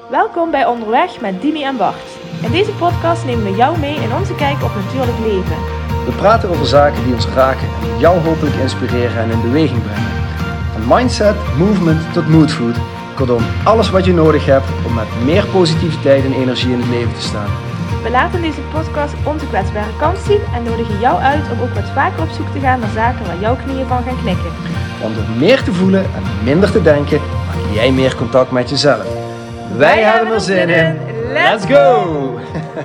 Welkom bij Onderweg met Dimi en Bart. In deze podcast nemen we jou mee in onze kijk op natuurlijk leven. We praten over zaken die ons raken en jou hopelijk inspireren en in beweging brengen. Van mindset, movement tot moodfood. Kortom, alles wat je nodig hebt om met meer positiviteit en energie in het leven te staan. We laten in deze podcast onze kwetsbare kant zien en nodigen jou uit om ook wat vaker op zoek te gaan naar zaken waar jouw knieën van gaan knikken. Om door meer te voelen en minder te denken, maak jij meer contact met jezelf. Wij hebben er zin in. Let's go!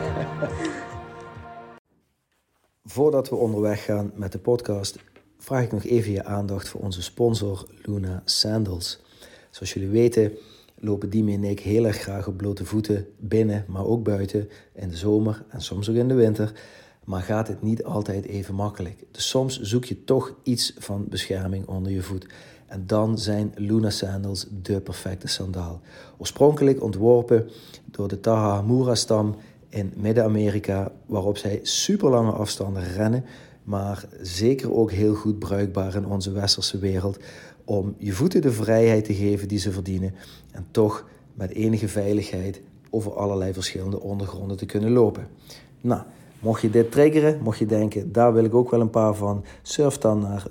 Voordat we onderweg gaan met de podcast, vraag ik nog even je aandacht voor onze sponsor Luna Sandals. Zoals jullie weten lopen Dimi en ik heel erg graag op blote voeten binnen, maar ook buiten in de zomer en soms ook in de winter. Maar gaat het niet altijd even makkelijk. Dus soms zoek je toch iets van bescherming onder je voet. En dan zijn Luna Sandals de perfecte sandaal. Oorspronkelijk ontworpen door de Tarahumara-stam in Midden-Amerika, waarop zij super lange afstanden rennen, maar zeker ook heel goed bruikbaar in onze westerse wereld, om je voeten de vrijheid te geven die ze verdienen en toch met enige veiligheid over allerlei verschillende ondergronden te kunnen lopen. Nou, mocht je dit triggeren, mocht je denken, daar wil ik ook wel een paar van, surf dan naar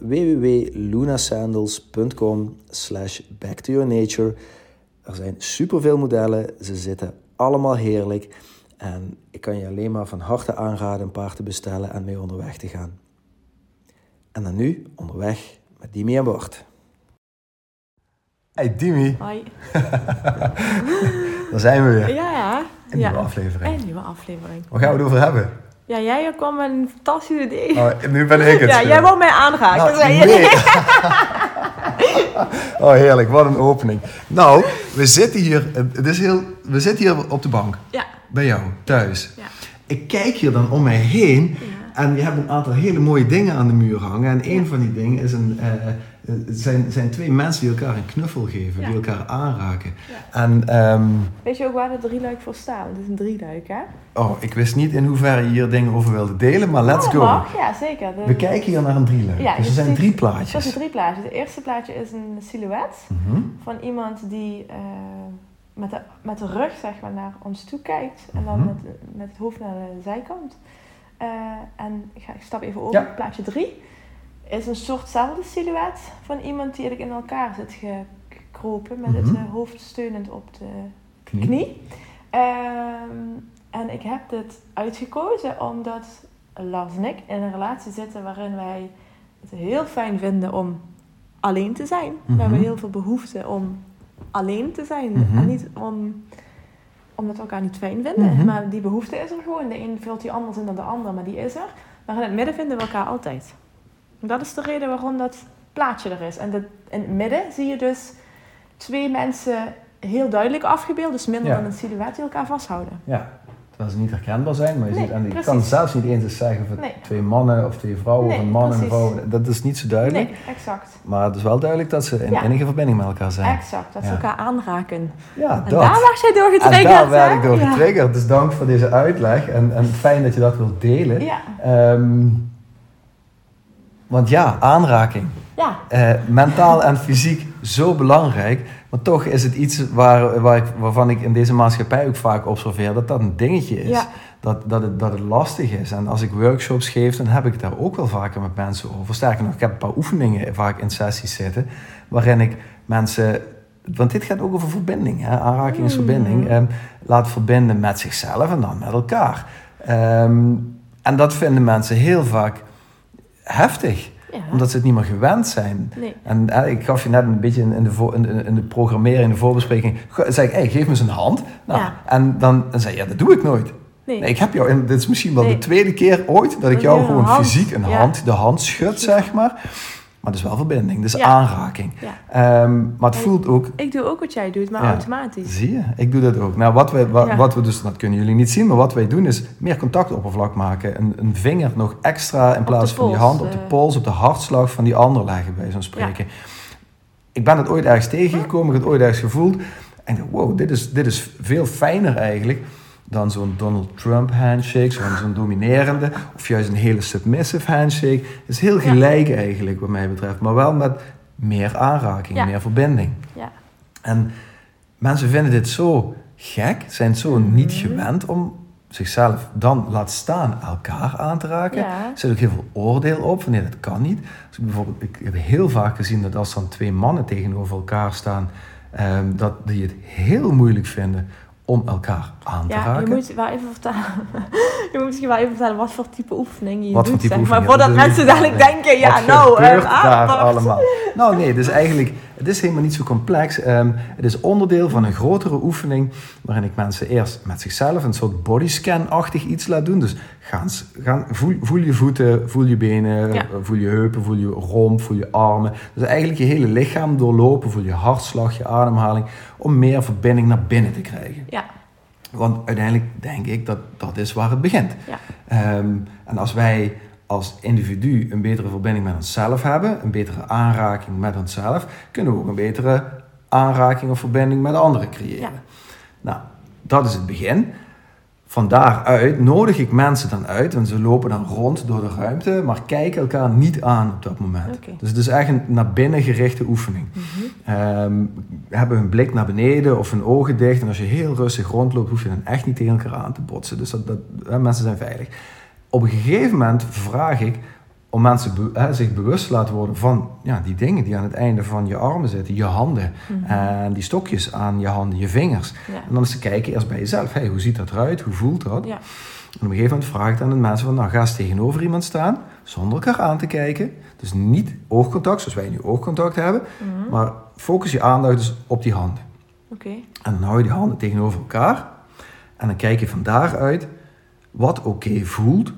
www.lunasandals.com/backtoyournature. Er zijn superveel modellen, ze zitten allemaal heerlijk en ik kan je alleen maar van harte aanraden een paar te bestellen en mee onderweg te gaan. En dan nu onderweg met Dimi en Bart. Hey Dimi. Hoi. Daar zijn we weer. Ja. Een nieuwe aflevering. Een nieuwe aflevering. Waar gaan we het over hebben? Ja, jij kwam met een fantastisch idee. Oh, nu ben ik het. Ja, jij wou mij aanraken. Nou, nee. Oh, heerlijk. Wat een opening. Nou, we zitten hier op de bank. Ja. Bij jou, thuis. Ja. Ik kijk hier dan om mij heen. Ja. En je hebt een aantal hele mooie dingen aan de muur hangen. En een van die dingen is zijn twee mensen die elkaar een knuffel geven. Ja. Die elkaar aanraken. Ja. En, Weet je ook waar de drieluik voor staat? Het is een drieluik, hè? ik wist niet in hoeverre je hier dingen over wilde delen. Maar let's go. Mag. Ja, zeker. We kijken hier naar een drieluik. Ja, dus er zijn 3 plaatjes. Dat zijn 3 plaatjes. Het eerste plaatje is een silhouet van iemand die met de rug zeg maar, naar ons toe kijkt. En dan met het hoofd naar de zijkant. En ik stap even over. Ja. Plaatje 3 is een soortzelfde silhouet van iemand die eigenlijk in elkaar zit gekropen. Met het hoofd steunend op de knie. En ik heb dit uitgekozen omdat Lars en ik in een relatie zitten waarin wij het heel fijn vinden om alleen te zijn. We hebben heel veel behoefte om alleen te zijn. En niet omdat we elkaar niet fijn vinden. Maar die behoefte is er gewoon. De een vult die anders in dan de ander, maar die is er. Maar in het midden vinden we elkaar altijd. En dat is de reden waarom dat plaatje er is. En in het midden zie je dus 2 mensen heel duidelijk afgebeeld. Dus minder dan een silhouet die elkaar vasthouden. Ja, terwijl ze niet herkenbaar zijn. Maar je Nee, ziet, en je precies. kan zelfs niet eens zeggen of het 2 mannen of 2 vrouwen of een man en een precies. vrouw. Dat is niet zo duidelijk. Nee, exact. Maar het is wel duidelijk dat ze in enige verbinding met elkaar zijn. Exact, dat ze Ja. elkaar aanraken. Ja, En dat. daar was jij door En getriggerd, daar werd ik door hè? getriggerd. Dus dank voor deze uitleg. En fijn dat je dat wilt delen. Ja. Want ja, aanraking. Ja. Mentaal en fysiek zo belangrijk. Maar toch is het iets waarvan ik in deze maatschappij ook vaak observeer dat dat een dingetje is. Ja. Dat het lastig is. En als ik workshops geef, dan heb ik het daar ook wel vaker met mensen over. Sterker nog, ik heb een paar oefeningen vaak in sessies zitten. Waarin ik mensen... Want dit gaat ook over verbinding. Hè? Aanraking is verbinding. Laat verbinden met zichzelf en dan met elkaar. En dat vinden mensen heel vaak heftig. Ja. Omdat ze het niet meer gewend zijn. Nee. En ik gaf je net een beetje in de programmering, in de voorbespreking, zei ik, hey, geef me eens een hand. Nou, Ja. En dan zei je, ja, dat doe ik nooit. Nee. Nee, ik heb jou, en dit is misschien wel de tweede keer ooit dat ik jou gewoon fysiek de hand schud, zeg maar. Maar het is wel verbinding, dus aanraking. Ja. Maar het voelt ook... Ik doe ook wat jij doet, maar automatisch. Zie je, ik doe dat ook. Nou, wat we dus, dat kunnen jullie niet zien, maar wat wij doen is meer contactoppervlak maken. Een vinger nog extra in plaats van die hand op de pols, op de hartslag van die ander leggen, bij zo'n spreken. Ja. Ik ben het ooit ergens tegengekomen, ik heb het ooit ergens gevoeld. En ik dacht, wow, dit is veel fijner eigenlijk dan zo'n Donald Trump handshake, zo'n dominerende, of juist een hele submissive handshake. Het is heel gelijk eigenlijk wat mij betreft, maar wel met meer aanraking, meer verbinding. Ja. En mensen vinden dit zo gek, zijn zo niet gewend om zichzelf dan laat staan elkaar aan te raken. Ja. Er zit ook heel veel oordeel op van nee, dat kan niet. Dus ik heb heel vaak gezien dat als dan 2 mannen tegenover elkaar staan, dat die het heel moeilijk vinden om elkaar aan te raken. Je moet wel even vertellen. Je moet misschien wel even vertellen wat voor type oefening je wat doet. Voor type maar voordat mensen dadelijk denken, daar allemaal. Nou nee, dus eigenlijk, het is helemaal niet zo complex. Het is onderdeel van een grotere oefening, waarin ik mensen eerst met zichzelf een soort bodyscan-achtig iets laat doen. Dus voel je voeten, voel je benen, voel je heupen, voel je romp, voel je armen. Dus eigenlijk je hele lichaam doorlopen, voel je hartslag, je ademhaling, om meer verbinding naar binnen te krijgen. Ja. Want uiteindelijk denk ik dat is waar het begint. Ja. En als wij als individu een betere verbinding met onszelf hebben, een betere aanraking met onszelf, kunnen we ook een betere aanraking of verbinding met anderen creëren. Ja. Nou, dat is het begin. Van daaruit nodig ik mensen dan uit, want ze lopen dan rond door de ruimte, maar kijken elkaar niet aan op dat moment. Okay. Dus het is echt een naar binnen gerichte oefening. Hebben hun blik naar beneden of hun ogen dicht, en als je heel rustig rondloopt, hoef je dan echt niet tegen elkaar aan te botsen. Dus mensen zijn veilig. Op een gegeven moment vraag ik om mensen zich bewust te laten worden van die dingen die aan het einde van je armen zitten, je handen en die stokjes aan je handen, je vingers. Ja. En dan eens te kijken eerst bij jezelf, hoe ziet dat eruit, hoe voelt dat? Ja. En op een gegeven moment vraag ik dan de mensen van, ga eens tegenover iemand staan, zonder elkaar aan te kijken. Dus niet oogcontact, zoals wij nu oogcontact hebben, maar focus je aandacht dus op die handen. Okay. En dan hou je die handen tegenover elkaar en dan kijk je van daaruit wat oké voelt.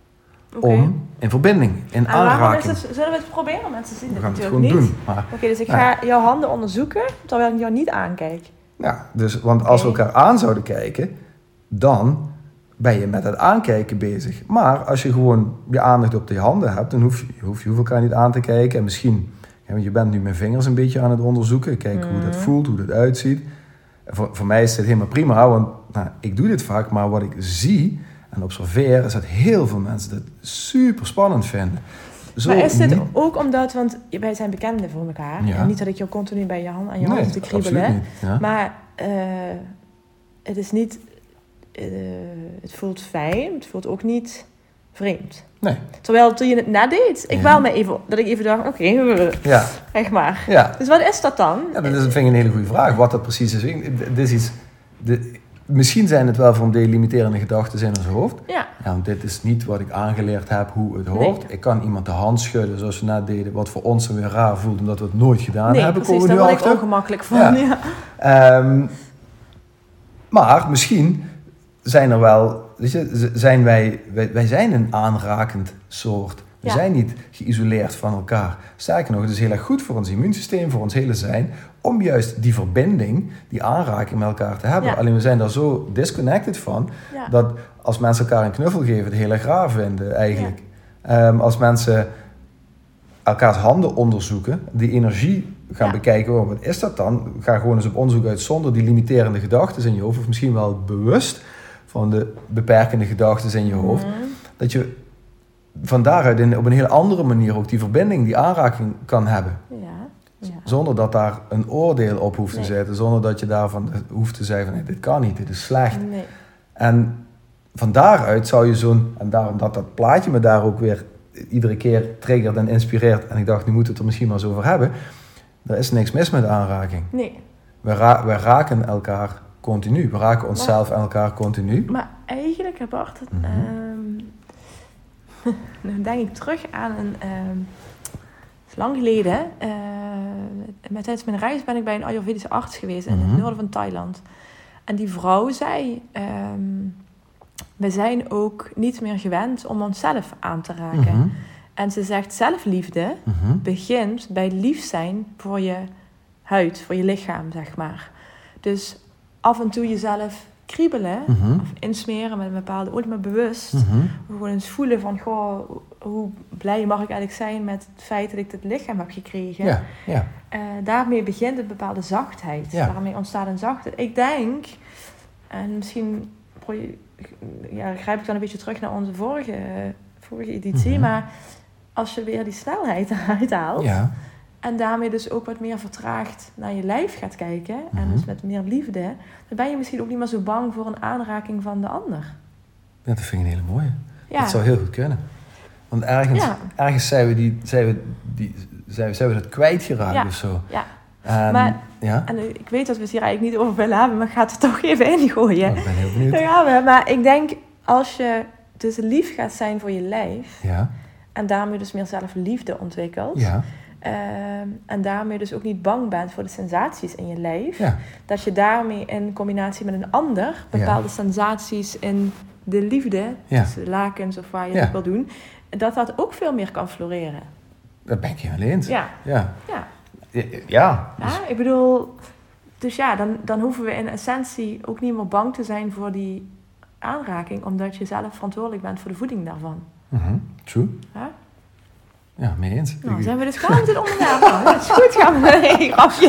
Om in verbinding, in aanraking. Zullen we het proberen? Mensen zien het natuurlijk niet. Doen, Oké, dus ik ga jouw handen onderzoeken, terwijl ik jou niet aankijk. Ja, dus, want als we elkaar aan zouden kijken, dan ben je met het aankijken bezig. Maar als je gewoon je aandacht op die handen hebt, dan hoef je elkaar niet aan te kijken. En misschien, want je bent nu mijn vingers een beetje aan het onderzoeken. Kijken hoe dat voelt, hoe dat uitziet. Voor mij is dit helemaal prima, want ik doe dit vaak, maar wat ik zie en observeer, is dat heel veel mensen dat super spannend vinden. Maar is dit ook omdat, want wij zijn bekenden voor elkaar. Ja. En niet dat ik jou continu bij je hand aan je hand te kriebelen. Niet, ja. Maar het is niet, het voelt fijn, het voelt ook niet vreemd. Nee. Terwijl toen je het net deed, dat ik even dacht, echt maar. Ja. Dus wat is dat dan? Ja, dat vind ik een hele goede vraag, wat dat precies is. Dit is iets... Misschien zijn het wel van delimiterende gedachten in ons hoofd. Ja. Want dit is niet wat ik aangeleerd heb, hoe het hoort. Nee. Ik kan iemand de hand schudden, zoals we net deden, wat voor ons weer raar voelt, omdat we het nooit gedaan hebben. Precies, daar word ik ongemakkelijk van. Ja. Maar misschien zijn er wel, zijn wij zijn een aanrakend soort. We zijn niet geïsoleerd van elkaar. Sterker nog, het is heel erg goed voor ons immuunsysteem, voor ons hele zijn, om juist die verbinding, die aanraking met elkaar te hebben. Ja. Alleen we zijn daar zo disconnected van, dat als mensen elkaar een knuffel geven, het heel erg raar vinden eigenlijk. Ja. Als mensen elkaars handen onderzoeken, die energie gaan bekijken, wat is dat dan? Ga gewoon eens op onderzoek uit zonder die limiterende gedachten in je hoofd, of misschien wel bewust van de beperkende gedachten in je hoofd, dat je van daaruit op een heel andere manier ook die verbinding, die aanraking kan hebben. Ja. Zonder dat daar een oordeel op hoeft te zitten. Zonder dat je daarvan hoeft te zeggen van nee, dit kan niet, dit is slecht. Nee. En van daaruit zou je en daarom dat plaatje me daar ook weer iedere keer triggert en inspireert. En ik dacht, nu moeten we het er misschien maar eens over hebben. Er is niks mis met aanraking. Nee. We raken elkaar continu. We raken onszelf en elkaar continu. Maar eigenlijk, Bart, dan denk ik terug aan lang geleden. Tijdens mijn reis ben ik bij een Ayurvedische arts geweest in het noorden van Thailand. En die vrouw zei, we zijn ook niet meer gewend om onszelf aan te raken. En ze zegt, zelfliefde begint bij lief zijn voor je huid, voor je lichaam, zeg maar. Dus af en toe jezelf kriebelen of insmeren met een bepaalde olie, maar bewust. Gewoon eens voelen van, goh, hoe blij mag ik eigenlijk zijn met het feit dat ik dit lichaam heb gekregen. Ja. Daarmee begint een bepaalde zachtheid. Ja. Daarmee ontstaat een zachtheid. Ik denk, en misschien grijp ik dan een beetje terug naar onze vorige editie, maar als je weer die snelheid uithaalt, en daarmee dus ook wat meer vertraagd naar je lijf gaat kijken, en dus met meer liefde, dan ben je misschien ook niet meer zo bang voor een aanraking van de ander. Ja, dat vind ik een hele mooie. Ja. Dat zou heel goed kunnen. Want ergens zijn we dat kwijtgeraakt of zo. Ja. En ik weet dat we het hier eigenlijk niet over willen hebben, maar ik ga het er toch even ingooien. Oh, ik ben heel benieuwd. Daar gaan we. Maar ik denk, als je dus lief gaat zijn voor je lijf, en daarmee dus meer zelfliefde ontwikkelt, en daarmee dus ook niet bang bent voor de sensaties in je lijf, dat je daarmee in combinatie met een ander bepaalde sensaties in de liefde, dus de lakens of waar je het wil doen, dat ook veel meer kan floreren. Dat ben ik helemaal eens. Ik bedoel, dus dan hoeven we in essentie ook niet meer bang te zijn voor die aanraking, omdat je zelf verantwoordelijk bent voor de voeding daarvan. True. Ja, mee eens. Nou, zijn we dus klaar met het onderwerp? Dat is goed, gaan we een grapje.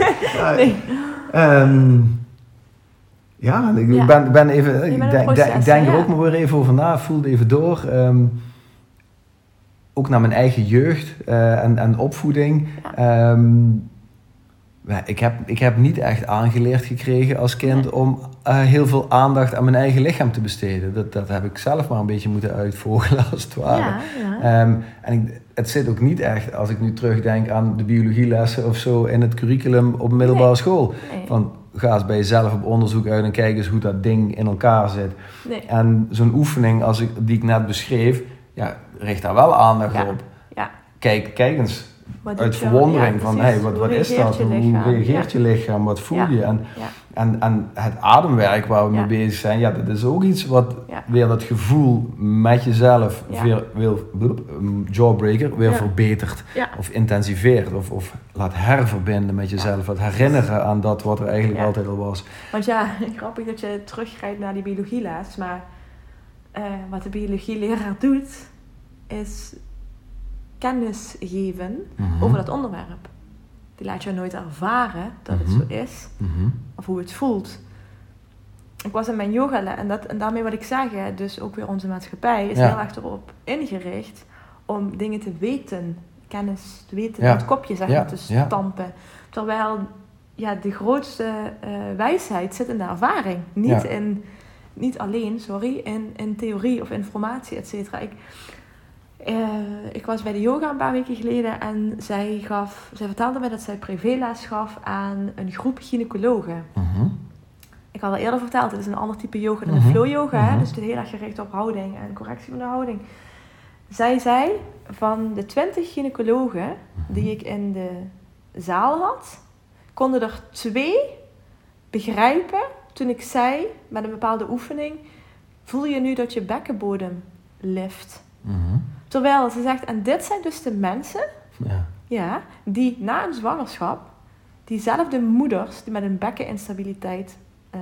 Ik ben even. Ik denk er ook maar weer even over na. Voelde even door. Ook naar mijn eigen jeugd en opvoeding. Ik heb niet echt aangeleerd gekregen als kind om heel veel aandacht aan mijn eigen lichaam te besteden. Dat heb ik zelf maar een beetje moeten uitvogelen als het ware. Het zit ook niet echt, als ik nu terugdenk aan de biologielessen of zo in het curriculum op middelbare school. Nee. Van, ga eens bij jezelf op onderzoek uit en kijk eens hoe dat ding in elkaar zit. Nee. En zo'n oefening die ik net beschreef, richt daar wel aandacht op. Ja. Kijk eens uit verwondering van, wat is dat? Hoe reageert je lichaam? Wat voel je? En het ademwerk waar we mee bezig zijn, dat is ook iets wat weer dat gevoel met jezelf jawbreaker weer verbetert. Of intensiveert. Of laat herverbinden met jezelf. Laat herinneren aan dat wat er eigenlijk altijd al was. Want grappig dat je teruggrijpt naar die biologieles. Maar wat de biologieleraar doet, is kennis geven over dat onderwerp. Die laat je nooit ervaren dat het zo is. Of hoe het voelt. Ik was in mijn yogales en daarmee wat ik zeg, dus ook weer onze maatschappij, is heel erg erop ingericht om dingen te weten, kennis te weten, in het kopje te stampen. Terwijl de grootste wijsheid zit in de ervaring. Niet alleen in theorie of informatie, et cetera. Ik was bij de yoga een paar weken geleden en zij vertelde mij dat zij privéles gaf aan een groep gynaecologen. Ik had al eerder verteld, het is een ander type yoga dan de flow yoga, dus het is heel erg gericht op houding en correctie van de houding. Zij zei, van de 20 gynaecologen die ik in de zaal had, konden er 2 begrijpen toen ik zei, met een bepaalde oefening, voel je nu dat je bekkenbodem lift? Terwijl ze zegt, en dit zijn dus de mensen die na een zwangerschap, diezelfde moeders die met een bekkeninstabiliteit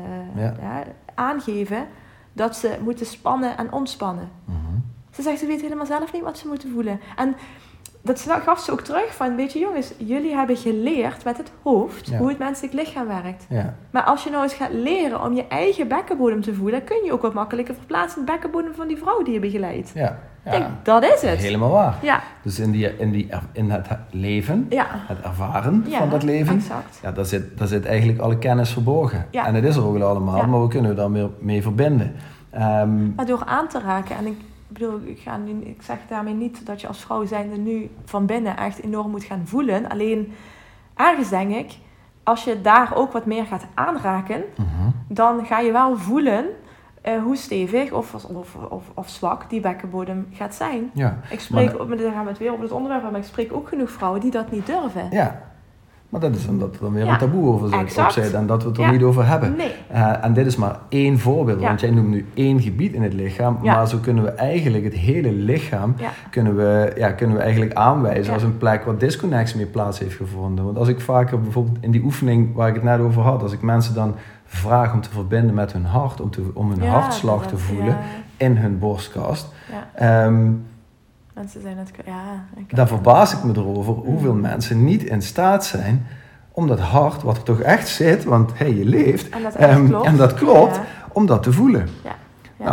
aangeven, dat ze moeten spannen en ontspannen. Ze zegt, ze weten helemaal zelf niet wat ze moeten voelen. En dat gaf ze ook terug van, weet je jongens, jullie hebben geleerd met het hoofd hoe het menselijk lichaam werkt. Maar als je nou eens gaat leren om je eigen bekkenbodem te voelen, kun je ook wat makkelijker verplaatsen in de bekkenbodem van die vrouw die je begeleidt. Kijk, dat is het. Helemaal waar. Dus in het leven, het ervaren van dat leven, daar zit eigenlijk alle kennis verborgen. En het is er ook allemaal, maar we kunnen er dan weer mee verbinden. Maar door aan te raken, en ik zeg daarmee niet dat je als vrouw zijnde nu van binnen echt enorm moet gaan voelen. Alleen ergens denk ik, als je daar ook wat meer gaat aanraken, dan ga je wel voelen hoe stevig of zwak die bekkenbodem gaat zijn. Ik spreek, dan gaan we het weer over het onderwerp, maar ik spreek ook genoeg vrouwen die dat niet durven. Maar dat is omdat er dan weer een taboe over zit en dat we het er niet over hebben. En dit is maar één voorbeeld, want jij noemt nu 1 gebied in het lichaam, maar zo kunnen we eigenlijk het hele lichaam kunnen we eigenlijk aanwijzen als een plek waar disconnectie mee plaats heeft gevonden. Want als ik vaker bijvoorbeeld in die oefening waar ik het net over had, als ik mensen dan vraag om te verbinden met hun hart, om hun hartslag te voelen in hun borstkast. Mensen zijn het, dan verbaas ik me erover hoeveel mensen niet in staat zijn om dat hart, wat er toch echt zit, want je leeft, en dat klopt, om dat te voelen. Nou,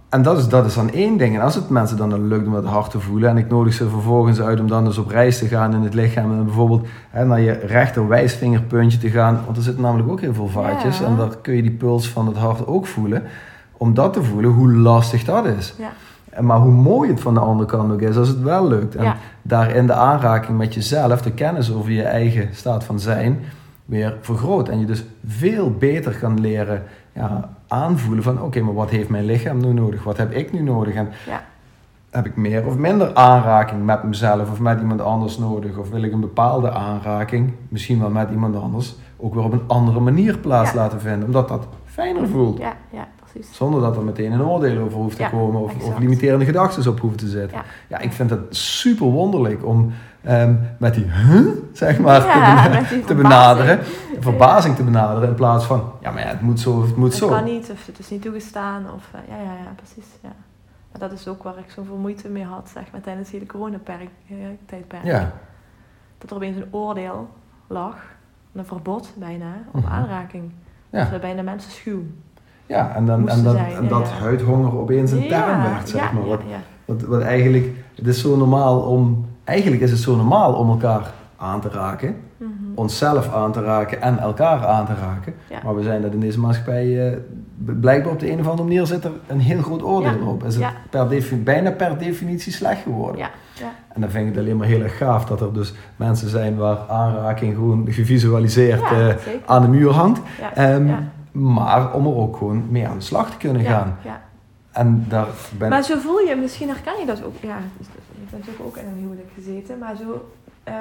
En dat is dan één ding. En als het mensen dan lukt om het hart te voelen en ik nodig ze vervolgens uit om dan dus op reis te gaan in het lichaam en bijvoorbeeld naar je rechter wijsvingerpuntje te gaan, want er zitten namelijk ook heel veel vaatjes en daar kun je die puls van het hart ook voelen. Om dat te voelen, hoe lastig dat is. Ja. Maar hoe mooi het van de andere kant ook is als het wel lukt. En daarin de aanraking met jezelf, de kennis over je eigen staat van zijn, weer vergroot. En je dus veel beter kan leren aanvoelen van oké, maar wat heeft mijn lichaam nu nodig? Wat heb ik nu nodig? En heb ik meer of minder aanraking met mezelf of met iemand anders nodig? Of wil ik een bepaalde aanraking, misschien wel met iemand anders, ook weer op een andere manier plaats laten vinden? Omdat dat fijner voelt. Ja, precies. Zonder dat er meteen een oordeel over hoeft te komen of limiterende gedachten op hoeven te zetten. Ja, ik vind het super wonderlijk om met die zeg maar te benaderen. Verbazing te benaderen in plaats van het moet zo of het moet zo. Het kan niet of het is niet toegestaan. Of, precies. Ja. Maar dat is ook waar ik zoveel moeite mee had, zeg maar, tijdens het hele coronatijdperk. Ja. Dat er opeens een oordeel lag, een verbod bijna, op aanraking. Ja. Dat bijna mensen schuw. Ja, en dat huidhonger opeens een term werd, zeg maar. Wat eigenlijk, het is zo normaal eigenlijk is het zo normaal om elkaar aan te raken, onszelf aan te raken en elkaar aan te raken. Ja. Maar we zijn dat in deze maatschappij, blijkbaar op de een of andere manier zit er een heel groot oordeel op. Is het bijna per definitie slecht geworden. Ja. Ja. En dan vind ik het alleen maar heel erg gaaf dat er dus mensen zijn waar aanraking gewoon gevisualiseerd aan de muur hangt. Ja. Maar om er ook gewoon mee aan de slag te kunnen gaan. Ja. En Maar zo voel je, misschien herken je dat ook. Ja, je hebt natuurlijk ook in een huwelijk gezeten. Maar zo,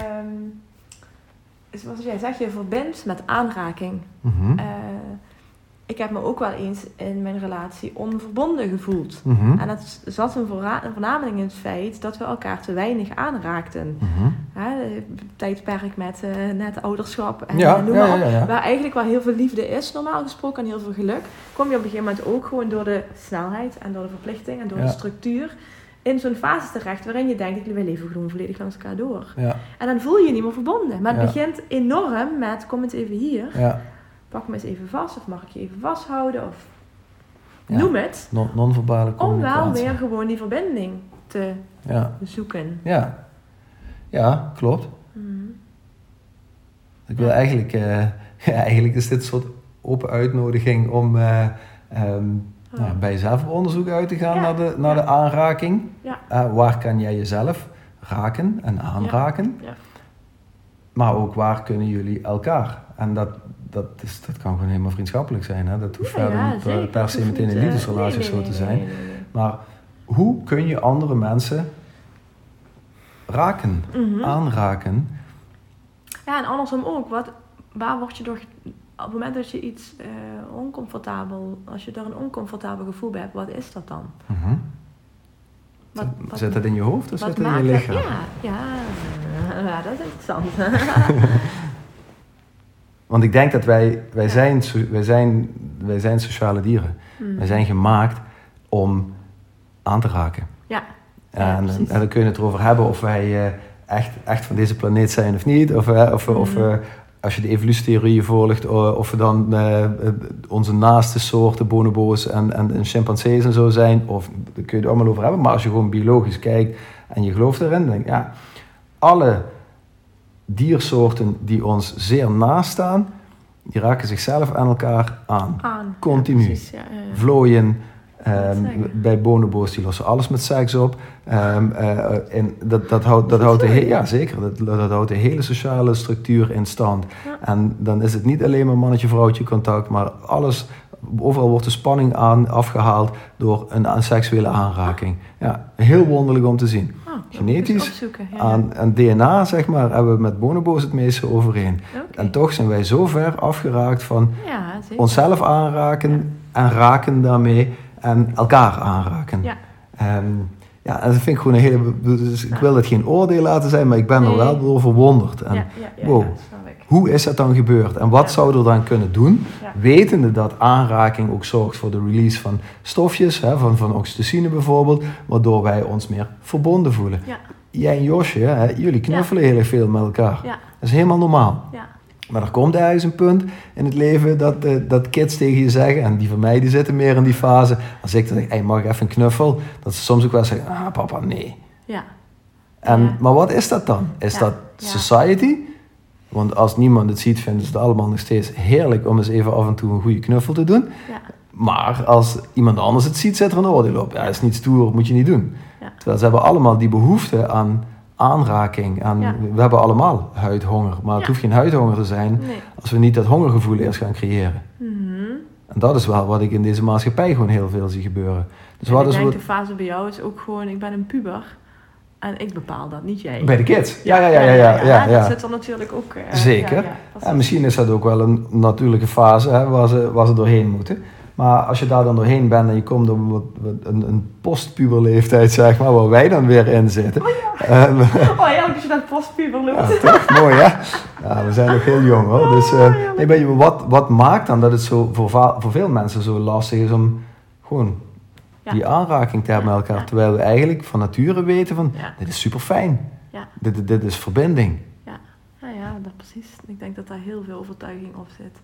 zoals jij zegt, je verbindt met aanraking. Mm-hmm. Ik heb me ook wel eens in mijn relatie onverbonden gevoeld. Mm-hmm. En dat zat voornamelijk in het feit dat we elkaar te weinig aanraakten. Mm-hmm. Tijdperk met net ouderschap en noem maar op. Waar eigenlijk wel heel veel liefde is, normaal gesproken, en heel veel geluk. Kom je op een gegeven moment ook gewoon door de snelheid en door de verplichting en door de structuur in zo'n fase terecht waarin je denkt, we leven gewoon volledig langs elkaar door. Ja. En dan voel je je niet meer verbonden. Maar het begint enorm met, kom eens even hier. Ja. Pak me eens even vast, of mag ik je even vasthouden, of noem het. Non-verbale communicatie. Om wel weer gewoon die verbinding te zoeken. Ja, klopt. Mm. Ik wil eigenlijk is dit een soort open uitnodiging om bij jezelf op onderzoek uit te gaan naar de aanraking. Ja. Waar kan jij jezelf raken en aanraken? Ja. Maar ook waar kunnen jullie elkaar? En dat kan gewoon helemaal vriendschappelijk zijn. Hè? Dat hoeft verder niet per se meteen een liefdesrelatie zo te zijn. Nee. Maar hoe kun je andere mensen raken, aanraken? Ja, en andersom ook. Waar word je door... Op het moment dat je iets als je er een oncomfortabel gevoel bij hebt, wat is dat dan? Mm-hmm. Zit dat in je hoofd of zit dat in je lichaam? Ja, dat is interessant. Want ik denk dat wij zijn sociale dieren. Wij zijn gemaakt om aan te raken. Ja. En dan kun je het erover hebben of wij echt van deze planeet zijn of niet. Of als je de evolutietheorieën volgt, of we dan onze naaste soorten, bonobo's en chimpansees en zo zijn. Of daar kun je het allemaal over hebben. Maar als je gewoon biologisch kijkt en je gelooft erin, dan denk ik, alle diersoorten die ons zeer naast staan, die raken zichzelf aan elkaar aan. Continu. Ja, precies, ja. Vlooien, bij bonobo's, die lossen alles met seks op. En dat houdt de hele sociale structuur in stand. Ja. En dan is het niet alleen maar mannetje-vrouwtje contact, maar overal wordt de spanning afgehaald door een seksuele aanraking. Ja, heel wonderlijk om te zien. Genetisch, aan DNA, zeg maar, hebben we met bonobo's het meeste overeen. Okay. En toch zijn wij zo ver afgeraakt van onszelf aanraken en raken daarmee en elkaar aanraken. Ja. En dat vind ik gewoon een hele... Dus ik wil het geen oordeel laten zijn, maar ik ben er wel door verwonderd. En hoe is dat dan gebeurd? En wat zou er dan kunnen doen? Ja. Wetende dat aanraking ook zorgt voor de release van stofjes, van oxytocine bijvoorbeeld, waardoor wij ons meer verbonden voelen. Ja. Jij en Josje, jullie knuffelen heel erg veel met elkaar. Ja. Dat is helemaal normaal. Ja. Maar er komt ergens een punt in het leven dat kids tegen je zeggen, en die van mij die zitten meer in die fase, als ik dan zeg, mag ik even een knuffel? Dat ze soms ook wel zeggen, papa, nee. Ja. Maar wat is dat dan? Is dat society? Want als niemand het ziet, vinden ze het allemaal nog steeds heerlijk om eens even af en toe een goede knuffel te doen. Ja. Maar als iemand anders het ziet, zit er een oordeel op. Ja, dat is niet stoer, moet je niet doen. Ja. Terwijl ze hebben allemaal die behoefte aan aanraking. We hebben allemaal huidhonger. Maar het hoeft geen huidhonger te zijn als we niet dat hongergevoel eerst gaan creëren. Mm-hmm. En dat is wel wat ik in deze maatschappij gewoon heel veel zie gebeuren. Dus ik denk de fase bij jou is ook gewoon, ik ben een puber. En ik bepaal dat, niet jij. Bij de kids? Ja. Dat zit er natuurlijk ook... Zeker. En misschien is dat ook wel een natuurlijke fase waar ze doorheen moeten. Maar als je daar dan doorheen bent en je komt op een postpuberleeftijd, zeg maar, waar wij dan weer in zitten. Heerlijk als je dat postpuber loopt. Ja, toch? Mooi, hè? Ja, we zijn nog heel jong, hoor. Dus wat maakt dan dat het zo voor veel mensen zo lastig is om gewoon die aanraking te hebben met elkaar? Terwijl we eigenlijk van nature weten van, dit is super fijn. Ja. Dit is verbinding. Ja, dat precies. Ik denk dat daar heel veel overtuiging op zit.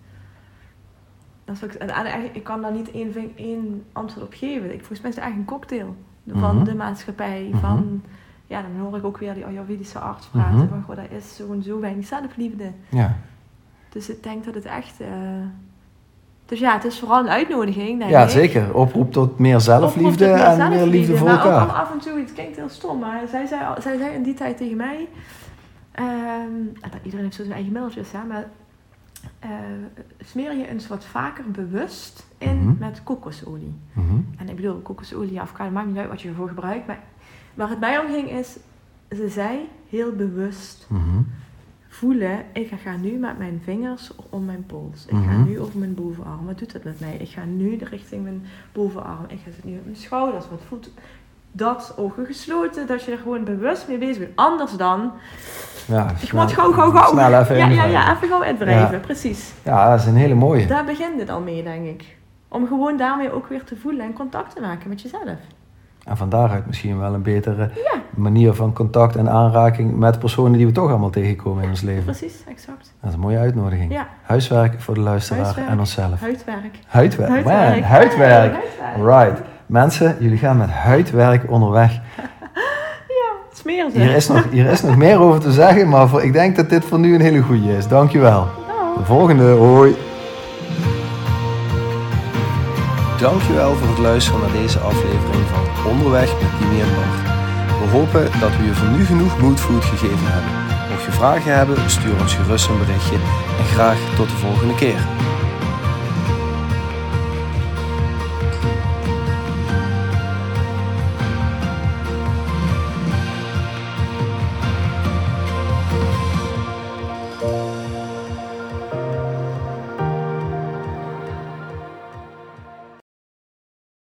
Dat is ook, ik kan daar niet één antwoord op geven. Volgens mij is het eigenlijk een cocktail van de maatschappij. Van, dan hoor ik ook weer die Ayurvedische arts praten. Van, dat is gewoon zo weinig zelfliefde. Ja. Dus ik denk dat het echt... Dus het is vooral een uitnodiging, denk ik. Ja, zeker. Oproep tot meer zelfliefde en meer liefde voor elkaar. Maar ook af en toe, het klinkt heel stom, maar zij zei in die tijd tegen mij... iedereen heeft zo zijn eigen middeltjes, maar... smeer je eens wat vaker bewust in met kokosolie. En ik bedoel, kokosolie, afgaan, maakt niet uit wat je ervoor gebruikt. Maar waar het mij om ging is, ze zei heel bewust voelen, ik ga nu met mijn vingers om mijn pols. Ik ga nu over mijn bovenarm. Wat doet dat met mij? Ik ga nu richting mijn bovenarm. Ik ga het nu op mijn schouders. Wat voelt dat? Ogen gesloten. Dat je er gewoon bewust mee bezig bent. Anders dan... Ja, ik moet gauw. Snel even invrijven. Even gauw invrijven, precies. Ja, dat is een hele mooie. Daar begint het al mee, denk ik. Om gewoon daarmee ook weer te voelen en contact te maken met jezelf. En van daaruit misschien wel een betere manier van contact en aanraking met personen die we toch allemaal tegenkomen in ons leven. Precies, exact. Dat is een mooie uitnodiging. Ja. Huiswerk voor de luisteraar en onszelf. Huidwerk. Right. Mensen, jullie gaan met huidwerk onderweg. Smeren ze. Hier is nog meer over te zeggen, maar ik denk dat dit voor nu een hele goeie is. Dankjewel. De volgende, hoi. Dankjewel voor het luisteren naar deze aflevering van Onderweg met Dimi en Bart. We hopen dat we je voor nu genoeg moodfood gegeven hebben. Mocht je vragen hebben, stuur ons gerust een berichtje en graag tot de volgende keer.